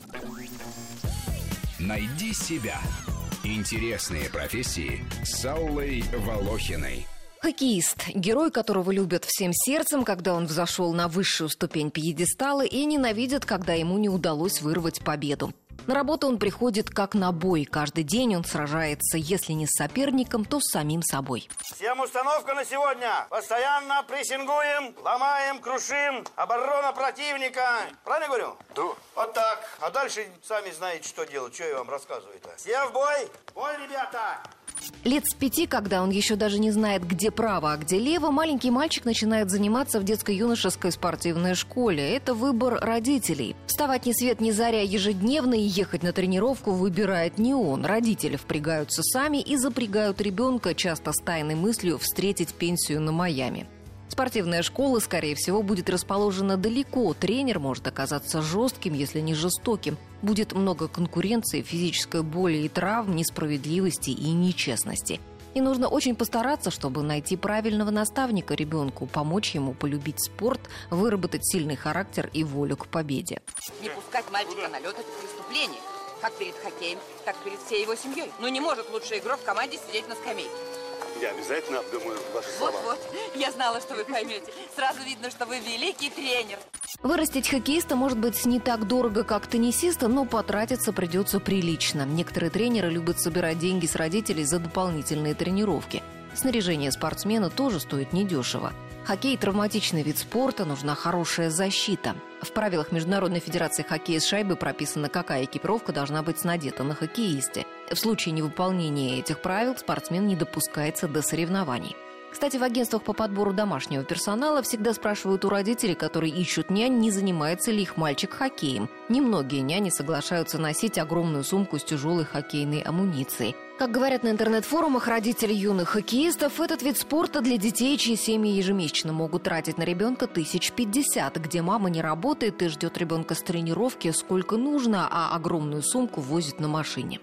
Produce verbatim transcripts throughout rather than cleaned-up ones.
Найди себя. Интересные профессии с Аллой Волохиной. Хоккеист, герой, которого любят всем сердцем, когда он взошел на высшую ступень пьедестала, и ненавидят, когда ему не удалось вырвать победу. На работу он приходит как на бой. Каждый день он сражается, если не с соперником, то с самим собой. Всем установка на сегодня. Постоянно прессингуем, ломаем, крушим. Оборона противника. Правильно говорю? Да. Вот так. А дальше сами знаете, что делать. Что я вам рассказываю-то? Все в бой. Бой, ребята. Лет с пяти, когда он еще даже не знает, где право, а где лево, маленький мальчик начинает заниматься в детско-юношеской спортивной школе. Это выбор родителей. Вставать ни свет ни заря ежедневно и ехать на тренировку выбирает не он. Родители впрягаются сами и запрягают ребенка, часто с тайной мыслью встретить пенсию на Майами. Спортивная школа, скорее всего, будет расположена далеко. Тренер может оказаться жестким, если не жестоким. Будет много конкуренции, физической боли и травм, несправедливости и нечестности. И нужно очень постараться, чтобы найти правильного наставника ребенку, помочь ему полюбить спорт, выработать сильный характер и волю к победе. Не пускать мальчика на лед – это преступление. Как перед хоккеем, так и перед всей его семьей. Но не может лучший игрок в команде сидеть на скамейке. Я обязательно обдумаю ваши слова. Вот-вот, я знала, что вы поймете. Сразу видно, что вы великий тренер. Вырастить хоккеиста может быть не так дорого, как теннисиста, но потратиться придется прилично. Некоторые тренеры любят собирать деньги с родителей за дополнительные тренировки. Снаряжение спортсмена тоже стоит недешево. Хоккей – травматичный вид спорта, нужна хорошая защита. В правилах Международной федерации хоккея с шайбой прописано, какая экипировка должна быть надета на хоккеисте. В случае невыполнения этих правил спортсмен не допускается до соревнований. Кстати, в агентствах по подбору домашнего персонала всегда спрашивают у родителей, которые ищут нянь, не занимается ли их мальчик хоккеем. Немногие няни соглашаются носить огромную сумку с тяжелой хоккейной амуницией. Как говорят на интернет-форумах родители юных хоккеистов, этот вид спорта для детей, чьи семьи ежемесячно могут тратить на ребенка тысяч пятьдесят, где мама не работает и ждет ребенка с тренировки сколько нужно, а огромную сумку возит на машине.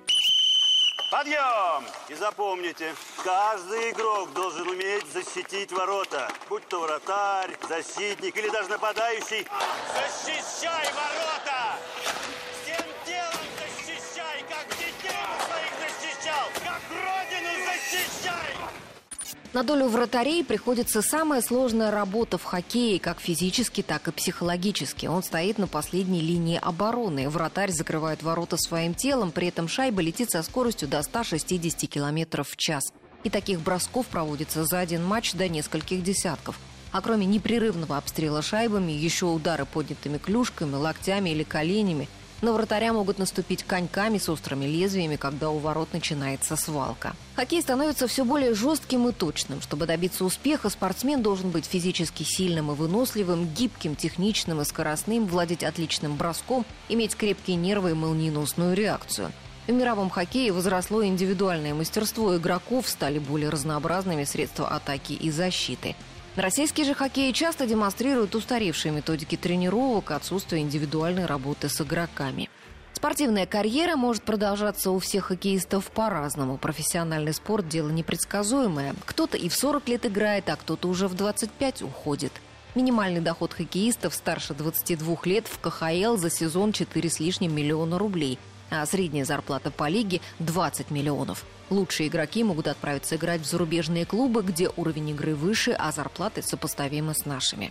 Подъем! И запомните, каждый игрок должен уметь защитить ворота. Будь то вратарь, защитник или даже нападающий. Защищай ворота! Всем телом защищай, как детей своих защищал, как родину защищай! На долю вратарей приходится самая сложная работа в хоккее, как физически, так и психологически. Он стоит на последней линии обороны. Вратарь закрывает ворота своим телом, при этом шайба летит со скоростью до ста шестидесяти километров в час. И таких бросков проводится за один матч до нескольких десятков. А кроме непрерывного обстрела шайбами, еще удары поднятыми клюшками, локтями или коленями. На вратаря могут наступить коньками с острыми лезвиями, когда у ворот начинается свалка. Хоккей становится все более жестким и точным. Чтобы добиться успеха, спортсмен должен быть физически сильным и выносливым, гибким, техничным и скоростным, владеть отличным броском, иметь крепкие нервы и молниеносную реакцию. В мировом хоккее возросло индивидуальное мастерство игроков, стали более разнообразными средства атаки и защиты. Российский же хоккей часто демонстрирует устаревшие методики тренировок, отсутствие индивидуальной работы с игроками. Спортивная карьера может продолжаться у всех хоккеистов по-разному. Профессиональный спорт – дело непредсказуемое. Кто-то и в сорок лет играет, а кто-то уже в двадцать пять уходит. Минимальный доход хоккеистов старше двадцати двух лет в ка ха эл за сезон четыре с лишним миллиона рублей, а средняя зарплата по лиге – двадцать миллионов. Лучшие игроки могут отправиться играть в зарубежные клубы, где уровень игры выше, а зарплаты сопоставимы с нашими.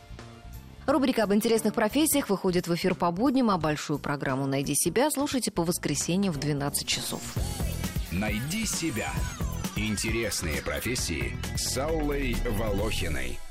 Рубрика об интересных профессиях выходит в эфир по будням, а большую программу «Найди себя» слушайте по воскресеньям в двенадцать часов. «Найди себя». Интересные профессии с Аллой Волохиной.